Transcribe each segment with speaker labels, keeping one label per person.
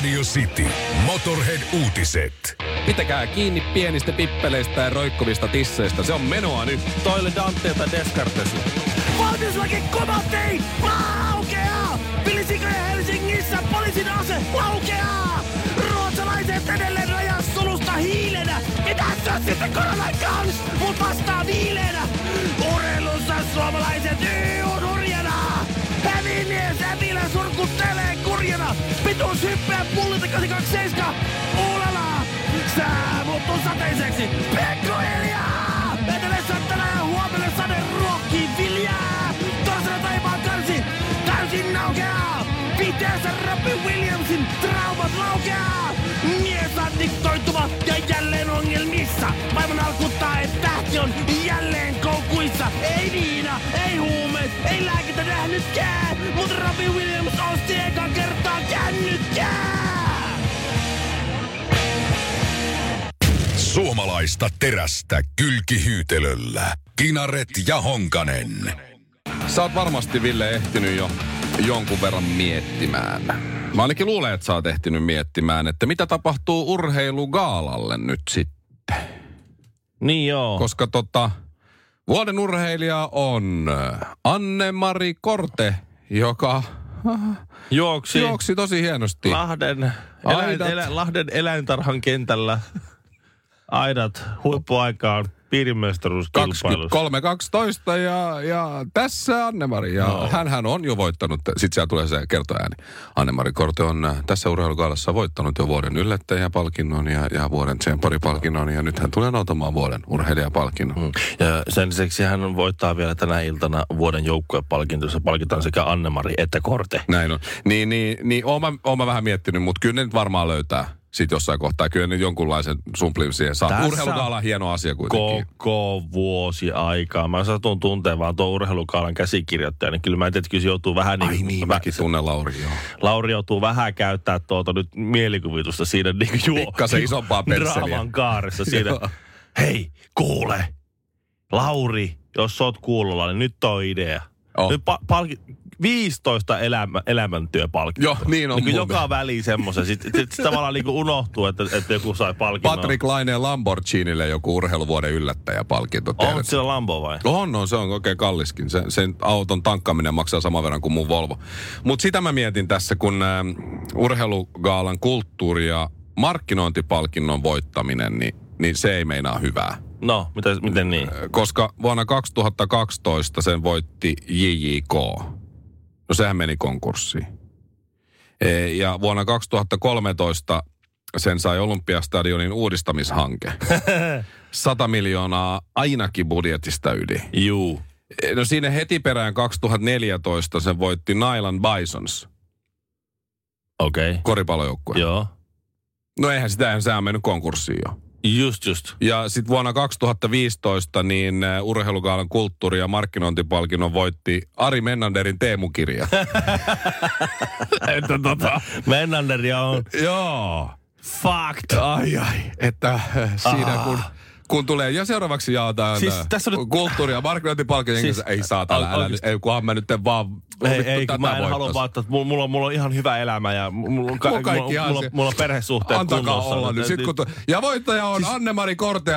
Speaker 1: Radio City. Motorhead-uutiset.
Speaker 2: Pitäkää kiinni pienistä pippeleistä ja roikkuvista tisseistä. Se on menoa nyt.
Speaker 3: Toille Danteelta Descartes.
Speaker 4: Valmiuslaki komotti! Laukeaa! Pilisikoja Helsingissä poliisin ase laukeaa! Ruotsalaiset edelleen rajan sulusta hiilenä! Mitä se on sitten koronan kans? Mut vastaa viilenä! Urheilussa suomalaiset on hurjana! Hävimies Ävilä surkuttelee kurjana! Pituus hyppää pullita 827! Uulala! Sää muuttuu sateiseksi! Pekko hiljaa! Etelässä tänään huomenna sade ruokkii viljaa! Torsena taivaan kansi! Täysin naukeaa! Piteessä Robbie Williamsin traumat laukeaa! Mies addiktoituva ja jälleen ongelmissa! Maailman alkuttaa, että tähti on jälleen koukuissa! Ei viina, ei huumeet, ei lääkitä nähnytkään! Mut Robbie Williams osti ekan kertaa kännykkää!
Speaker 1: Suomalaista terästä kylkihyytelöllä. Kinaret ja Honkanen.
Speaker 2: Sä oot varmasti, Ville, ehtinyt jo jonkun verran miettimään. Mä ainakin luulen, että sä oot ehtinyt miettimään, että mitä tapahtuu urheilugaalalle nyt sitten.
Speaker 3: Niin joo.
Speaker 2: Koska vuoden urheilija on Anne-Mari Korte, joka juoksi tosi hienosti.
Speaker 3: Lahden eläintarhan kentällä aidat huippuaikaan piirimestaruuskilpailussa.
Speaker 2: 3.12 ja tässä Anne-Mari. Ja hänhän on jo voittanut, sit siellä tulee se kertoääni. Anne-Mari Korte on tässä urheilugaalassa voittanut jo vuoden yllättäjäpalkinnon ja vuoden tsemparipalkinnon ja nyt hän tulee nautamaan vuoden urheilijapalkinnon.
Speaker 3: Ja sen lisäksi hän voittaa vielä tänä iltana vuoden joukkuepalkinto, jossa palkitaan sekä Anne-Mari että Korte.
Speaker 2: Näin on. Niin oon mä vähän miettinyt, mutta kyllä ne nyt varmaan löytää. Sitten jossain kohtaa kyllä nyt jonkunlaisen sumplin siihen saa. Urheilugaala on hieno asia kuitenkin.
Speaker 3: Koko vuosi aikaa. Mä satun tunteen vaan tuon urheilugaalan käsikirjoittaja, niin kyllä mä en tiedä, että kyllä se joutuu vähän niin...
Speaker 2: Ai niin, mäkin tunnen Lauri, joo.
Speaker 3: Lauri joutuu vähän käyttää nyt mielikuvitusta siinä niin
Speaker 2: pikkasen isompaa pensseliä.
Speaker 3: Draaman kaaressa siinä. Hei, kuule! Lauri, jos sä oot kuulolla, niin nyt on idea. Nyt 15 elämäntyöpalkintoa.
Speaker 2: Joo, niin on.
Speaker 3: Niin joka väliin semmoisen. Sitten tavallaan niin unohtuu, että joku sai palkinnon.
Speaker 2: Patrick Laineen Lamborghinille joku urheiluvuoden yllättäjäpalkinto.
Speaker 3: On sillä Lambo vai?
Speaker 2: On, se on oikein kalliskin. Sen auton tankkaaminen maksaa saman verran kuin mun Volvo. Mutta sitä mä mietin tässä, kun urheilugaalan kulttuuri- ja markkinointipalkinnon voittaminen, niin se ei meinaa hyvää.
Speaker 3: No, miten niin?
Speaker 2: Koska vuonna 2012 sen voitti JJK. No sehän meni konkurssiin. Ja vuonna 2013 sen sai Olympiastadionin uudistamishanke. 100 miljoonaa ainakin budjetista yli.
Speaker 3: Juu.
Speaker 2: No siinä heti perään 2014 sen voitti Nyland Bisons.
Speaker 3: Okei. Okay.
Speaker 2: Koripallojoukkue.
Speaker 3: Joo.
Speaker 2: No eihän se on mennyt konkurssiin jo.
Speaker 3: Just. Ja
Speaker 2: sitten vuonna 2015 niin urheilugaalan kulttuuri- ja markkinointipalkinnon voitti Ari Mennanderin Teemu-kirja.
Speaker 3: Että Mennanderia on...
Speaker 2: Joo.
Speaker 3: Fucked.
Speaker 2: Ai. Että siinä kun tulee, ja seuraavaksi jaotaan kulttuuri- ja markkinointipalkinnon, ei saatana, kunhan mä nyt en vaan...
Speaker 3: Ei, mä en halua vaan, että mulla on ihan hyvä elämä ja mulla on perhesuhteet kunnossa.
Speaker 2: Antakaa olla nyt. Ja voittaja on Anne-Mari Korte.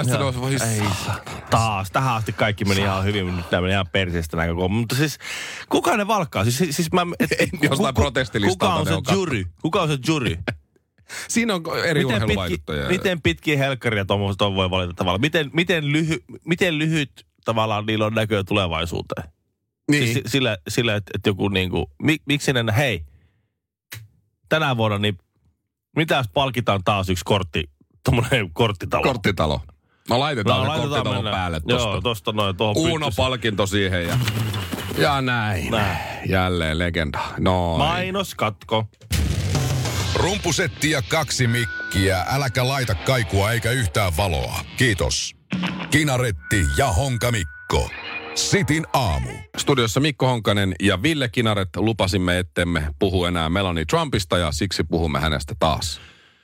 Speaker 3: Tähän asti kaikki meni ihan hyvin, nyt nämä meni ihan perseestä näkökulma. Mutta siis, kuka ne valkkaa?
Speaker 2: Jostain protestilistalta
Speaker 3: Kuka on se jury?
Speaker 2: Siinä on eri urheiluvaikuttajia.
Speaker 3: Miten pitkiä helkkaria tuon voi valita tavallaan? Miten lyhyt tavallaan niillä on näköä tulevaisuuteen?
Speaker 2: Niin.
Speaker 3: Siis sillä että joku niinku, miksi ne, hei, tänä vuonna niin, mitä jos palkitaan taas yksi tommonen korttitalo?
Speaker 2: Korttitalo. No laitetaan se korttitalon päälle tosta.
Speaker 3: Joo, tosta noin tuohon
Speaker 2: Uno-palkinto siihen ja näin. Jälleen legenda. Noin.
Speaker 3: Mainoskatko.
Speaker 1: Rumpusetti ja 2 mikkiä. Äläkä laita kaikua eikä yhtään valoa. Kiitos. Kinaretti ja Honkamikko. Sitin aamu.
Speaker 2: Studiossa Mikko Honkanen ja Ville Kinaret. Lupasimme, ettemme puhu enää Melanie Trumpista ja siksi puhumme hänestä taas.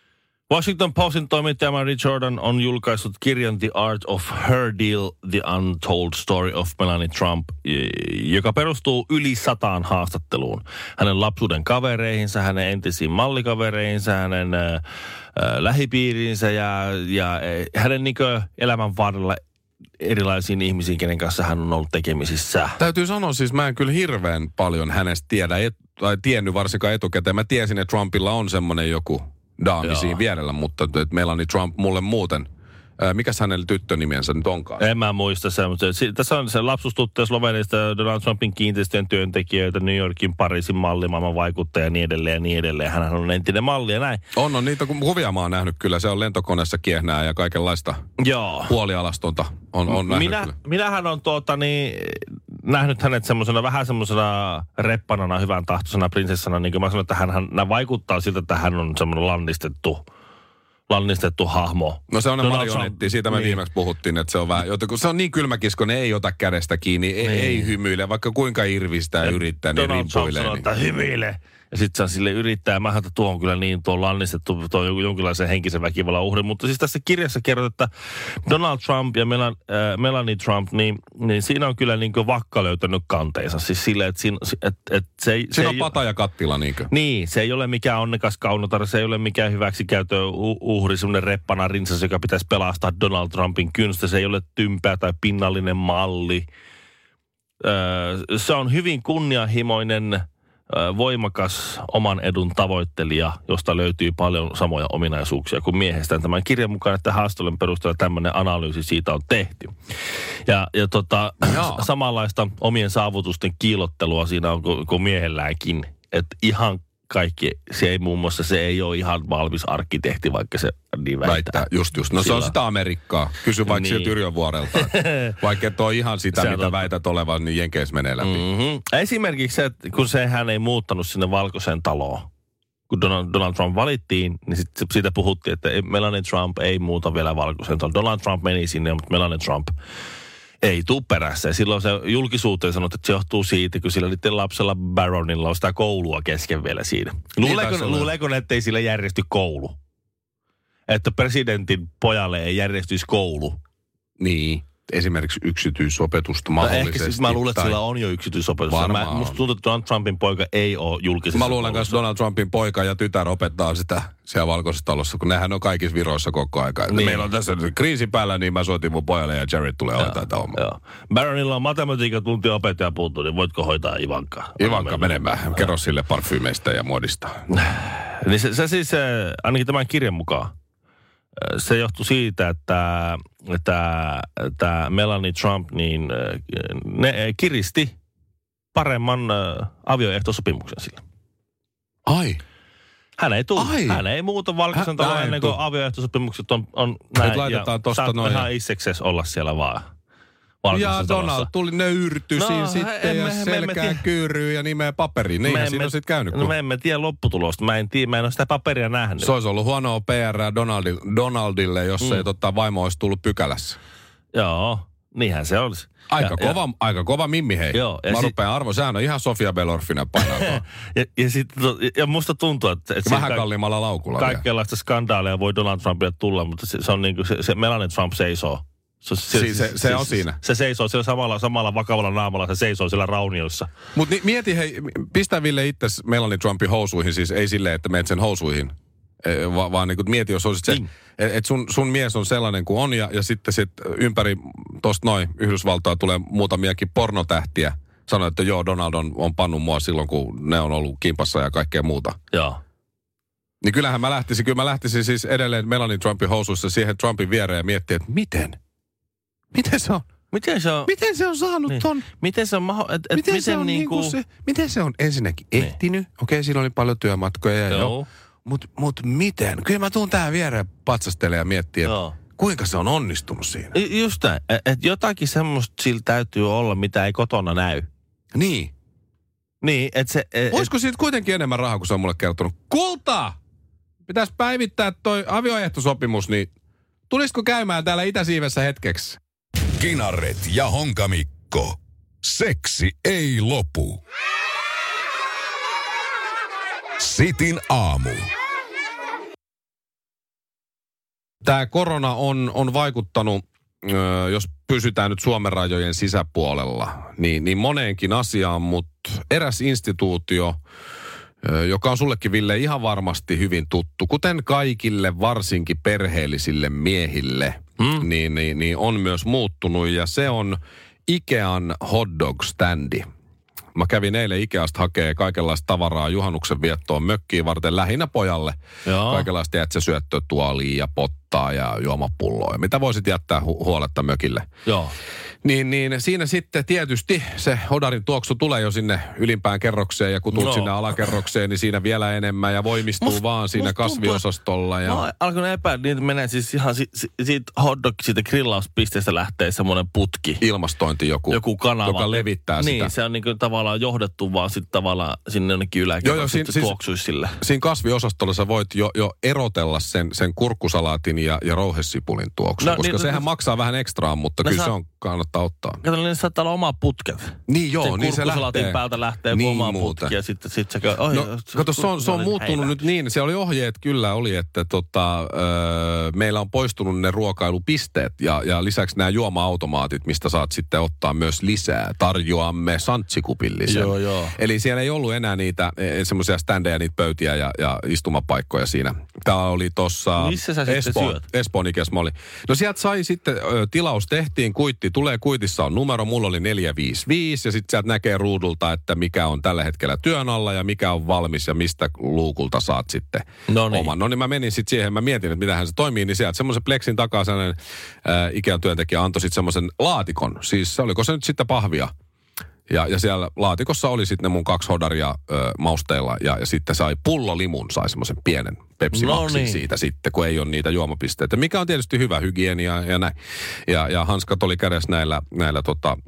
Speaker 3: Washington Postin toimittaja Mary Jordan on julkaissut kirjan The Art of Her Deal, The Untold Story of Melania Trump, joka perustuu yli 100 haastatteluun. Hänen lapsuuden kavereihinsa, hänen entisiin mallikavereihinsa, hänen lähipiiriinsä ja hänen elämän varrella erilaisiin ihmisiin, kenen kanssa hän on ollut tekemisissä. Täytyy sanoa siis, mä en kyllä hirveän paljon hänestä tiedä, tai tiennyt varsinkaan etukäteen. Mä tiesin, että Trumpilla on semmoinen joku daami siinä vierellä, mutta että Melania Trump mulle muuten. Mikäs hänen tyttönimensä nyt onkaan? En mä muista se, mutta tässä on se lapsustuttuja Sloveniasta, Donald Trumpin kiinteistöjen työntekijöitä, New Yorkin, Pariisin mallimaailman vaikuttaja ja niin edelleen ja niin edelleen. Hänhän on entinen malli ja näin. On niitä kuvia mä oon nähnyt kyllä. Se on lentokoneessa kiehnää ja kaikenlaista puolialastonta on nähnyt kyllä. Minähän on nähnyt hänet vähän semmoisena reppanana, hyvän tahtoisena prinsessana. Niin kuin mä sanoin, että hän vaikuttaa siltä, että hän on semmoinen lannistettu hahmo. No se on marionetti, siitä me viimeksi puhuttiin, että se on vähän, kun se on niin kylmäkiskoinen, ei ota kädestä kiinni, ei hymyile, vaikka kuinka irvistää yrittää, niin rimpuilee. Donald Trump sanoo, että hymyile. Ja sit saa sille yrittää, mä että tuo on kyllä niin, tuo on lannistettu, tuo on jonkinlaisen henkisen väkivallan uhri. Mutta siis tässä kirjassa kerrotaan, että Donald Trump ja Melania Trump, niin siinä on kyllä niin kuin vakka löytänyt kanteensa. Siis silleen, että siinä on pata ja kattila niinkö? Niin, se ei ole mikään onnekas kaunotar, se ei ole mikään hyväksikäytön uhri, semmoinen reppana rinsas, joka pitäisi pelastaa Donald Trumpin kynstä. Se ei ole tympää tai pinnallinen malli. Se on hyvin kunnianhimoinen, voimakas oman edun tavoittelija, josta löytyy paljon samoja ominaisuuksia kuin miehestään. Tämän kirjan mukaan, että haastattelun perusteella tämmöinen analyysi siitä on tehty. Ja samanlaista omien saavutusten kiillottelua siinä on kuin miehelläänkin. Että ihan kaikki, se ei ole ihan valmis arkkitehti, vaikka se niin väittää. Just. No se on sitä Amerikkaa. Kysy vaikka sieltä Yrjönvuorelta. Vaikka et ole ihan sitä, mitä väität olevan, niin Jenkeissä menee läpi. Mm-hmm. Esimerkiksi se, että kun hän ei muuttanut sinne Valkoiseen taloon, kun Donald Trump valittiin, niin siitä puhuttiin, että Melania Trump ei muuta vielä Valkoiseen taloon. Donald Trump meni sinne, mutta Melania Trump ei tuu perässä. Ja silloin se julkisuuteen sanoi, että se johtuu siitä, kun sillä niiden lapsella Barronilla on sitä koulua kesken vielä siinä. Luuleeko että ei sillä järjesty koulu? Että presidentin pojalle ei järjestyisi koulu? Niin. Esimerkiksi yksityisopetusta mahdollisesti. Ehkä siis mä luulen, että sillä on jo yksityisopetusta. Musta tuntuu, että Donald Trumpin poika ei ole julkisessa. Mä luulen kanssa, Donald Trumpin poika ja tytär opettaa sitä siellä Valkoisessa talossa, kun nehän on kaikissa viroissa koko aika. Niin. Meillä on tässä kriisi päällä, niin mä soitin mun pojalle ja Jared tulee hoitaa tätä omaa. Barronilla on matematiikan tunti opettaja puuttuu, niin voitko hoitaa Ivankaa? Ivanka menemään. Kerro sille parfyymeistä ja muodista. Niin se siis, ainakin tämän kirjan mukaan, se johtui siitä, että Melania Trump niin ne kiristi paremman avioehtosopimuksen sille. Ai. Hän ei muuta Valkoisen talon ennen kuin avioehtosopimukset on näin. Nyt laitetaan tosta noin. Ihan itsekseen olla siellä vaan. Ja Donald tuli nöyrtyisiin sitten ja selkää kyyryy ja nimeä paperiin. Niinhän siinä on sitten käynyt. No me emme tiedä lopputulosta. Mä en ole sitä paperia nähnyt. Se olisi ollut huonoa PR Donaldille, jos ei vaimo olisi tullut pykälässä. Joo, niinhän se olisi. Aika kova mimmi, hei. Joo, mä rupean sehän on ihan Sofia Belorfina painaa. ja musta tuntuu, että vähän kalliimmalla laukulla. Kaikenlaista skandaaleja voi Donald Trumpille tulla, mutta se on niin kuin se Melania Trump seisoo. Se on siinä. Se seisoo siellä samalla vakavalla naamalla, se seisoo siellä raunioissa. Mutta mieti, hei, pistä Ville itses Melania Trumpin housuihin, siis ei silleen, että menet sen housuihin, vaan niin kuin mieti, jos olisit se, että sun mies on sellainen kuin on, ja sitten ympäri tosta noin Yhdysvaltaa tulee muutamiakin pornotähtiä. Sanoi, että joo, Donald on pannut mua silloin, kun ne on ollut kimpassa ja kaikkea muuta. Joo. Niin kyllähän mä lähtisin siis edelleen Melania Trumpin housuissa siihen Trumpin viereen ja miettiä, että Miten se on saanut ton? Miten se on miten se on ensinnäkin ehtinyt? Okei, siinä oli paljon työmatkoja. Mut miten? Kyllä mä tuun tähän viereen patsastelemaan ja miettiä, kuinka se on onnistunut siinä. Just näin. Että jotakin semmoista sillä täytyy olla, mitä ei kotona näy. Niin, että se... Olisiko siitä kuitenkin enemmän rahaa, kuin se on mulle kertonut? Kulta! Pitäisi päivittää toi avioehtosopimus, niin tulisiko käymään täällä Itäsiivessä hetkeksi?
Speaker 1: Kinaret ja Honkamikko. Seksi ei lopu. Sitin aamu.
Speaker 2: Tämä korona on vaikuttanut, jos pysytään nyt Suomen rajojen sisäpuolella, niin moneenkin asiaan, mutta eräs instituutio, joka on sullekin, Ville, ihan varmasti hyvin tuttu, kuten kaikille varsinkin perheellisille miehille, niin on myös muuttunut, ja se on Ikean hotdog-standi. Mä kävin eilen Ikeasta hakee kaikenlaista tavaraa juhannuksen viettoon mökkiin varten lähinnä pojalle. Joo. Kaikenlaista syöttötuolia ja pottaa ja juomapulloa ja mitä voisit jättää huoletta mökille.
Speaker 3: Joo.
Speaker 2: Niin siinä sitten tietysti se hodarin tuoksu tulee jo sinne ylimpään kerrokseen ja kun tulet sinne alakerrokseen, niin siinä vielä enemmän ja voimistuu vaan siinä kasviosastolla. Ja...
Speaker 3: Mä alkoin epäillä, niin menee siis ihan siitä siitä grillauspisteestä lähtee semmoinen putki.
Speaker 2: Ilmastointi joku kanava. Joka levittää sitä.
Speaker 3: Niin, se on niin kuin tavallaan johdettu vaan sitten tavallaan sinne jonnekin yläkerrokseen, että tuoksuisi sille.
Speaker 2: Siinä kasviosastolla sä voit jo erotella sen kurkkusalaatin ja rouhesipulin tuoksun, koska sehän maksaa vähän ekstraa, mutta kyllä se on kannattaa ottaa.
Speaker 3: Kato, niin saattaa olla oma putket.
Speaker 2: Niin joo,
Speaker 3: sen
Speaker 2: niin se lähtee.
Speaker 3: Kurkkusalaatin päältä lähtee niin oma putki ja sitten se
Speaker 2: kato, se on muuttunut nyt niin. Se oli ohjeet kyllä oli, että meillä on poistunut ne ruokailupisteet ja lisäksi nämä juoma-automaatit, mistä saat sitten ottaa myös lisää. Tarjoamme santsikupillisen.
Speaker 3: Joo.
Speaker 2: Eli siellä ei ollut enää niitä semmoisia standeja, niitä pöytiä ja istumapaikkoja siinä. Tää oli tossa
Speaker 3: missä sä sitten syöt?
Speaker 2: Espoon Ikeassa mä olin. No sieltä sai sitten, tilaus tehtiin, kuitti tulee, kuitissa on numero, mulla oli 455 ja sitten sieltä näkee ruudulta, että mikä on tällä hetkellä työn alla ja mikä on valmis ja mistä luukulta saat sitten oman. No niin mä menin sitten siihen, mä mietin, että mitähän se toimii, niin sieltä semmoisen pleksin takaa sellainen Ikean työntekijä antoi sitten semmoisen laatikon, siis oliko se nyt sitten pahvia? Ja siellä laatikossa oli sitten ne mun 2 hodaria mausteilla ja sitten sai pullolimun, sai semmoisen pienen Pepsi-maksin siitä sitten, kun ei ole niitä juomapisteitä. Mikä on tietysti hyvä hygienia ja näin. Ja hanskat oli kädessä näillä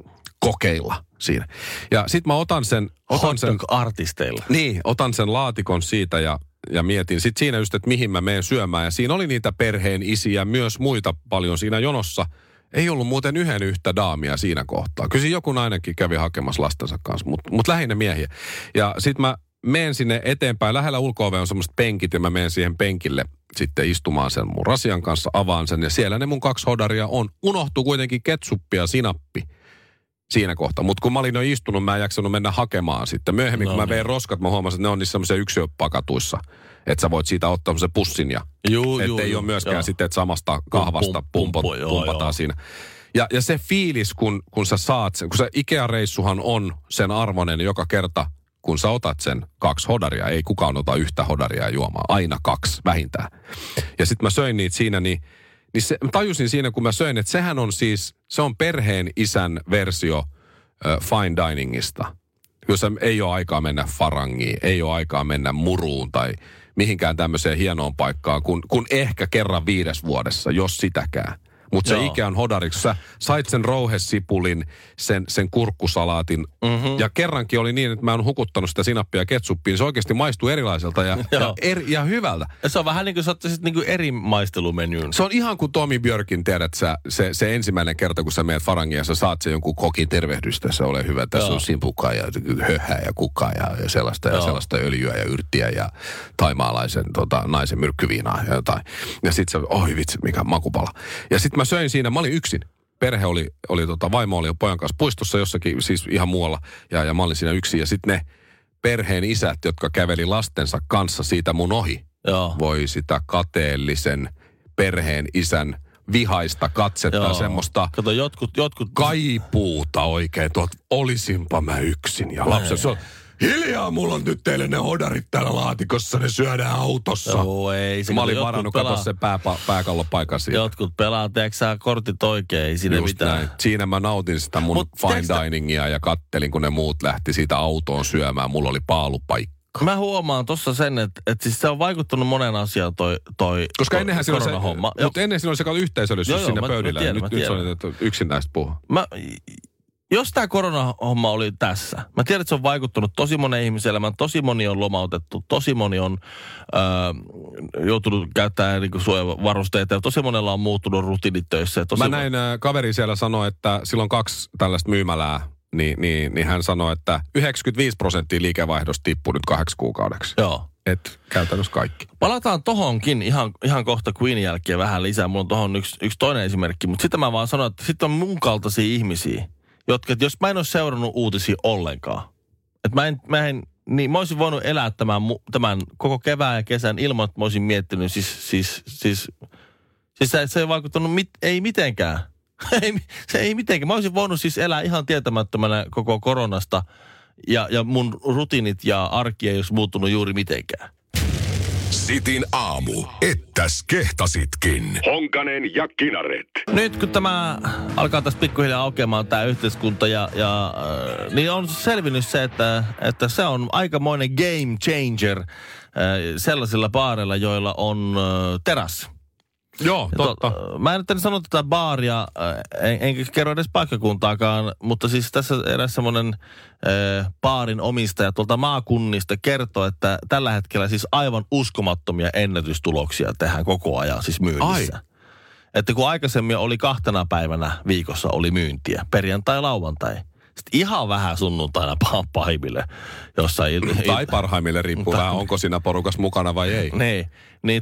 Speaker 2: kokeilla siinä. Ja sitten mä otan sen
Speaker 3: artisteilla.
Speaker 2: Niin, otan sen laatikon siitä ja mietin sitten siinä just, että mihin mä menen syömään. Ja siinä oli niitä perheen isiä, myös muita paljon siinä jonossa. Ei ollut muuten yhtä daamia siinä kohtaa. Kyllä joku nainenkin kävi hakemassa lastensa kanssa, mutta lähinnä miehiä. Ja sitten mä menen sinne eteenpäin. Lähellä ulko-ovea on semmoiset penkit ja mä menen siihen penkille sitten istumaan sen mun rasian kanssa, avaan sen. Ja siellä ne mun 2 hodaria on. Unohtuu kuitenkin ketsuppi ja sinappi siinä kohtaa. Mutta kun mä olin jo istunut, mä en jaksanut mennä hakemaan sitten. Myöhemmin, kun mä vein roskat, mä huomasin, että ne on niissä semmoisia yksiöpakatuissa. Että sä voit siitä ottaa semmoisen pussin ja että ei ole myöskään sitten, että samasta kahvasta pumpataan siinä. Ja se fiilis, kun sä saat sen, kun se Ikea-reissuhan on sen arvoinen joka kerta, kun sä otat sen 2 hodaria. Ei kukaan ota yhtä hodaria juomaan, aina 2 vähintään. Ja sitten mä söin niitä siinä, niin mä tajusin siinä, kun mä söin, että sehän on siis, se on perheen isän versio fine diningista. Jossa ei ole aikaa mennä farangiin, ei ole aikaa mennä muruun tai mihinkään tämmöiseen hienoon paikkaan, kun ehkä kerran 5 vuodessa, jos sitäkään. Mutta se Ikean hodariksi, sä sait sen rouhesipulin, sen kurkkusalaatin. Mm-hmm. Ja kerrankin oli niin, että mä oon hukuttanut sitä sinappia ja ketsuppia, niin se oikeasti maistuu erilaiselta ja hyvältä.
Speaker 3: Ja se on vähän niin kuin sä ottaisit niin kuin eri maistelumenyyn.
Speaker 2: Se on ihan kuin Tommy Björkin, tiedät sä, se ensimmäinen kerta, kun sä menet farangiin ja sä saat sen jonkun kokin tervehdystä, se ole hyvä. Tässä on simpukaa ja höhää ja kukaa ja sellaista öljyä ja yrttiä ja taimaalaisen naisen myrkkyviinaa ja jotain. Ja sit se, oi vitsi, mikä makupala. Ja sit mä söin siinä, mä olin yksin. Perhe vaimo oli pojan kanssa puistossa jossakin, siis ihan muualla. Ja mä olin siinä yksin. Ja sitten ne perheen isät, jotka käveli lastensa kanssa siitä mun ohi. Joo. Voi sitä kateellisen perheen isän vihaista katsetta, semmoista
Speaker 3: kato, jotkut
Speaker 2: kaipuuta oikein. Olisinpa mä yksin. Ja lapset, hiljaa, mulla on nyt teille ne hodarit täällä laatikossa, ne syödään autossa.
Speaker 3: Joo, ei.
Speaker 2: Mä olin varannut katsoa sen pääkallopaikan siitä.
Speaker 3: Jotkut pelaa, teekö sä kortit oikein, ei siinä mitään. Näin.
Speaker 2: Siinä mä nautin sitä mun fine diningia ja kattelin, kun ne muut lähti siitä autoon syömään. Mulla oli paalupaikka.
Speaker 3: Mä huomaan tossa sen, että siis se on vaikuttanut monen asiaan toi
Speaker 2: koska ennenhän siinä oli se, mutta ennen siinä oli se yhteisöllisyys siinä pöydillä. Nyt se on yksin näistä puhua.
Speaker 3: Jos tämä koronahomma oli tässä, mä tiedän, että se on vaikuttanut tosi monen ihmisen elämään, tosi moni on lomautettu, tosi moni on joutunut käyttämään niin suojavarusteita ja tosi monella on muuttunut rutiinit töissä.
Speaker 2: Mä näin kaveri siellä sanoi, että sillä on 2 tällaista myymälää, niin hän sanoi, että 95% liikevaihdosta tippui nyt 8 kuukaudeksi.
Speaker 3: Joo.
Speaker 2: käytännössä kaikki.
Speaker 3: Palataan tohonkin ihan kohta Queenin jälkeen vähän lisää. Mulla on tohon yksi toinen esimerkki, mutta sitten mä vaan sanon, että sitten on mun kaltaisia ihmisiä, jotka, jos mä en ole seurannut uutisia ollenkaan, että mä olisin voinut elää tämän koko kevään ja kesän ilman, että mä olisin miettinyt, siis se ei vaikuttanut ei mitenkään. Se ei mitenkään. Mä olisin voinut siis elää ihan tietämättömänä koko koronasta ja mun rutiinit ja arki ei olisi muuttunut juuri mitenkään.
Speaker 1: Sitin aamu. Ettäs kehtasitkin. Honkanen ja Kinaret.
Speaker 3: Nyt kun tämä alkaa tässä pikkuhiljaa aukeamaan tämä yhteiskunta niin on selvinnyt se, että se on aikamoinen game changer sellaisilla baareilla, joilla on terassi.
Speaker 2: Joo, totta.
Speaker 3: Mä en nyt sano tätä baaria, enkä kerro edes paikkakuntaakaan, mutta siis tässä eräs semmoinen baarin omistaja tuolta maakunnista kertoo, että tällä hetkellä siis aivan uskomattomia ennätystuloksia tehdään koko ajan siis myynnissä. Ai. Että kun aikaisemmin oli 2 päivänä viikossa oli myyntiä, perjantai ja lauantai. Sitten ihan vähän sunnuntaina pahimmille jossain.
Speaker 2: Tai parhaimmille riippuu vähän, onko siinä porukas mukana vai ei.
Speaker 3: Niin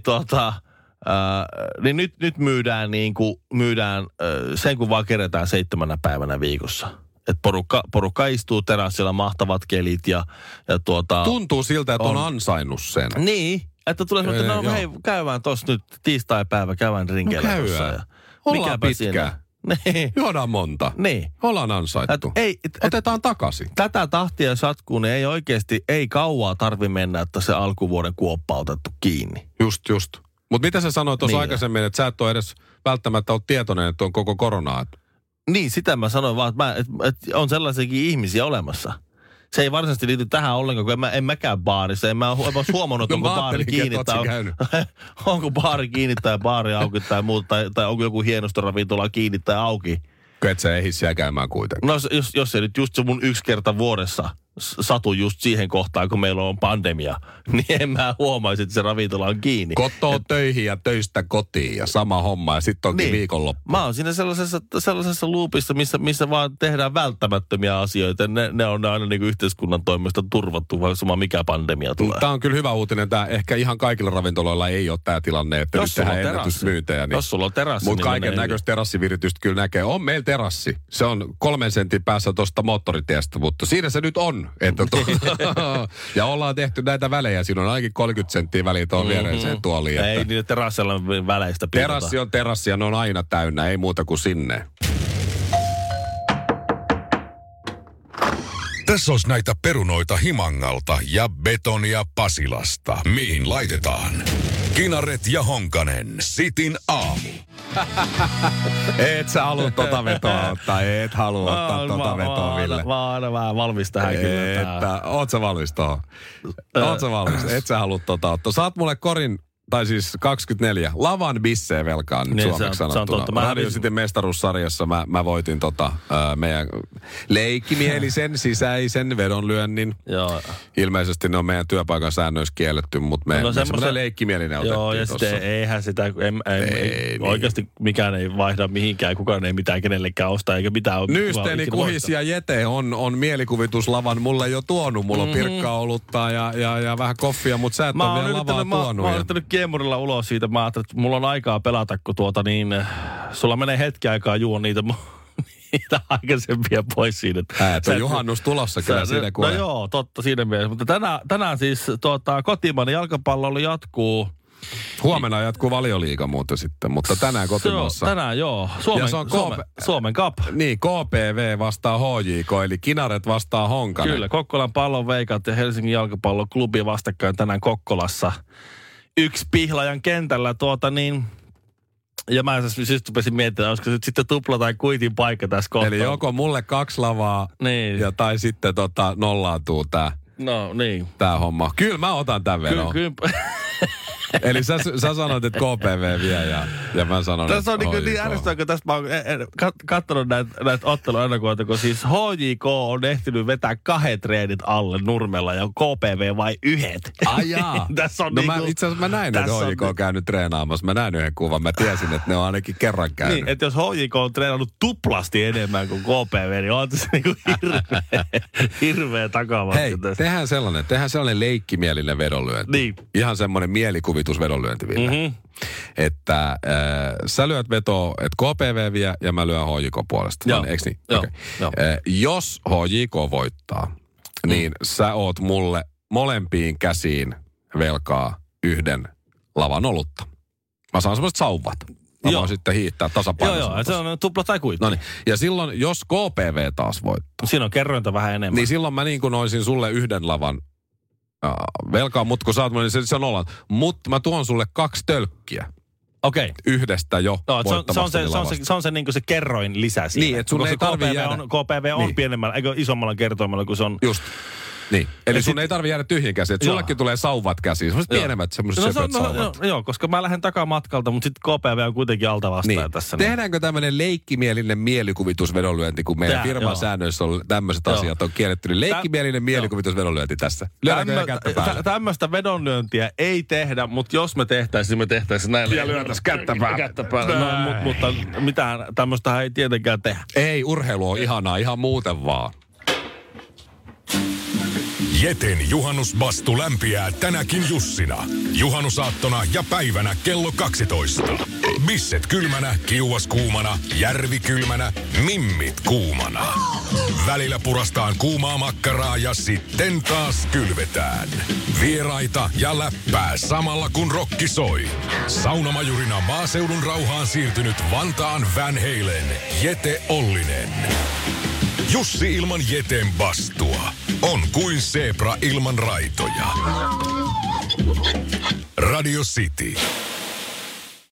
Speaker 3: nyt myydään sen, kun vaan kerätään 7 päivänä viikossa. Että porukka istuu terassilla, mahtavat kelit ja
Speaker 2: tuntuu siltä, että on ansainnut sen.
Speaker 3: Niin, että tulee sanoa, että hei, käydään tossa nyt tiistai-päivä, käydään rinkeillä tossa. Ja
Speaker 2: ollaan pitkään.
Speaker 3: Niin.
Speaker 2: Juodaan monta.
Speaker 3: Niin.
Speaker 2: Ollaan ansaittu. Otetaan takaisin.
Speaker 3: Tätä tahtia jatkuu, niin ei kauaa tarvi mennä, että se alkuvuoden kuoppa on otettu kiinni.
Speaker 2: Just. Mutta mitä sä sanoit tuossa aikaisemmin, että sä et ole edes välttämättä ollut tietoinen, että on koko koronaa?
Speaker 3: Niin, sitä mä sanoin vaan, että on sellaisiakin ihmisiä olemassa. Se ei varsinaisesti liity tähän ollenkaan, kun en mäkään baarissa. En mä ole huomannut, onko baari kiinni onko baari kiinni tai baari auki tai muuta, tai onko joku hienostoravintola kiinni tai auki.
Speaker 2: Et sä ehdi siellä käymään kuitenkin.
Speaker 3: No jos se nyt just se mun 1 kerta vuodessa satu just siihen kohtaan, kun meillä on pandemia, niin en mä huomaisi, että se ravintola on kiinni.
Speaker 2: Kotoa töihin ja töistä kotiin ja sama homma ja sitten onkin viikonloppu.
Speaker 3: Mä oon siinä sellaisessa loopissa, missä vaan tehdään välttämättömiä asioita. Ne on aina niin kuin yhteiskunnan toimesta turvattu, vaikka sama mikä pandemia tulee.
Speaker 2: Tämä on kyllä hyvä uutinen. Tämä ehkä ihan kaikilla ravintoloilla ei ole tämä tilanne, että nyt tehdään ennätysmyyntejä. Niin.
Speaker 3: Jos sulla on terassi.
Speaker 2: Mutta kaiken näköistä terassiviritystä kyllä näkee. On meillä terassi. Se on 3 sentin päässä tuosta moottoritiestä, mutta siinä se nyt on. Ja ollaan tehty näitä välejä. Siinä on ainakin 30 senttiä väliä tuohon viereiseen tuoliin.
Speaker 3: Ei niitä terassilla väleistä piirata.
Speaker 2: Terassi on terassi ja ne on aina täynnä. Ei muuta kuin sinne.
Speaker 1: Tässä olisi näitä perunoita Himangalta ja betonia Pasilasta. Mihin laitetaan? Kinaret ja Honkanen. Sitin aamu.
Speaker 2: Et sä halua tota vetoa ottaa. Et halua ottaa tota vetoa, Ville.
Speaker 3: Mä oon aina vähän valmis tähän kyllä.
Speaker 2: Oot sä valmis tohon? Oot sä valmis? Et sä halua tota ottaa. Saat mulle korin, tai siis 24, lavan bisseen velkaan nyt niin, suomeksi sanottuna. Radio Cityn mestaruussarjassa mä voitin meidän leikkimielisen sisäisen vedonlyönnin.
Speaker 3: Joo.
Speaker 2: Ilmeisesti ne on meidän työpaikan säännöissä kielletty, mutta me semmoinen leikkimielinen otettiin.
Speaker 3: Joo, ja sitten eihän sitä, oikeasti mikään ei vaihda mihinkään, kukaan ei mitään kenellekään ostaa, eikä mitään ole.
Speaker 2: Nyysteeni, Kuhis ja Jete on mielikuvituslavan mulle jo tuonut. Mulla on pirkkaolutta ja vähän koffia, mutta sä et ole vielä lavaa tuonut.
Speaker 3: Mä oon yrittänyt kiemurilla ulos siitä. Mä ajattelin, että mulla on aikaa pelata, kun sulla menee hetki aikaa juo niitä aikaisempia pois siinä.
Speaker 2: On juhannus tulossa kyllä siinä kuule.
Speaker 3: No joo, totta siinä mielessä. Mutta tänään siis kotimainen jalkapallo jatkuu.
Speaker 2: Huomenna jatkuu Valioliiga muuten sitten, mutta tänään kotimaassa.
Speaker 3: Tänään joo. Suomen Cup.
Speaker 2: Niin, KPV vastaa HJK, eli Kinaret vastaa Honkanen.
Speaker 3: Kyllä, Kokkolan Pallonveikat ja Helsingin jalkapalloklubi vastakkain tänään Kokkolassa. 1 Pihlajan kentällä ja mä siis rupesin miettimään, olisiko sitten tupla tai kuitin paikka tässä kohtaa.
Speaker 2: Eli joko mulle 2 lavaa, niin. Tai sitten nollaantuu tää.
Speaker 3: No niin.
Speaker 2: Tää homma. Kyllä mä otan tän vedon. Eli sä sanoit, että KPV vie ja mä sanon,
Speaker 3: tässä on niin ärsyttävää, kun tästä mä oon katsonut näitä otteluennakoita, kun siis HJK on ehtinyt vetää 2 treenit alle Nurmella ja KPV vai 1.
Speaker 2: Ajaa.
Speaker 3: Tässä on
Speaker 2: no itse asiassa mä näin, että HJK on käynyt treenaamassa. Mä näin yhden kuvan. Mä tiesin, että ne on ainakin kerran käynyt.
Speaker 3: Niin, että jos HJK on treenannut tuplasti enemmän kuin KPV, niin on se niinku hirveä takamatka.
Speaker 2: Hei, tehdään sellainen leikkimielinen vedonlyönti.
Speaker 3: Niin.
Speaker 2: Ihan semmoinen mielikuvitusvedonlyönti, Ville. Mm-hmm. Että sä lyöt vetoa, että KPV vie ja mä lyön HJK puolesta.
Speaker 3: Joo.
Speaker 2: Eikö niin?
Speaker 3: Joo.
Speaker 2: Okay.
Speaker 3: Joo.
Speaker 2: Jos HJK voittaa, niin sä oot mulle molempiin käsiin velkaa 1 lavan olutta. Mä saan semmoiset sauvat. Mä voin sitten hiittää tasapainossa.
Speaker 3: Joo, se on tupla tai kuitti.
Speaker 2: Noniin. Ja silloin, jos KPV taas voittaa.
Speaker 3: Siinä on kerrointa vähän enemmän.
Speaker 2: Niin silloin mä niin kuin olisin sulle 1 lavan velkaa, mutta kun sä oot, niin se on ollaan. Mutta mä tuon sulle 2 tölkkiä.
Speaker 3: Okei.
Speaker 2: Yhdestä jo
Speaker 3: se on se niin kuin se kerroin lisä siinä.
Speaker 2: Niin, että sun ei tarvitse jäädä.
Speaker 3: KPV on pienemmällä, eikö isommalla kertoimella, kun se on...
Speaker 2: Just. Niin. Eli sun ei tarvitse jäädä tyhjän käsiin. Että sullekin tulee sauvat käsiin. Sellaiset pienemmät semmoiset söpöt sauvat.
Speaker 3: Joo, koska mä lähden takamatkalta, mutta sitten KPV on kuitenkin alta vastaan tässä.
Speaker 2: Tehdäänkö tämmöinen leikkimielinen mielikuvitusvedonlyönti, kun meidän firman säännöissä on tämmöiset asiat on kielletty. Leikkimielinen mielikuvitusvedonlyönti tässä. Lyödäänkö kättä päälle?
Speaker 3: Tämmöistä vedonlyöntiä ei tehdä, mutta jos me tehtäisiin näillä.
Speaker 2: Ja lyötäisiin kättä päälle.
Speaker 3: No, mutta mitään tämmöistä ei tietenkään tehdä.
Speaker 2: Ei, urheilu on ihanaa, ihan muuten vaan.
Speaker 1: Jeten juhannusbastu lämpiää tänäkin Jussina. Juhannusaattona ja päivänä kello 12. Bisset kylmänä, kiuas kuumana, järvi kylmänä, mimmit kuumana. Välillä purastaan kuumaa makkaraa ja sitten taas kylvetään. Vieraita ja läppää samalla kun rokki soi. Saunamajurina maaseudun rauhaan siirtynyt Vantaan Van Halen, Jete Ollinen. Jussi ilman Jeten bastua on kuin zebra ilman raitoja. Radio City.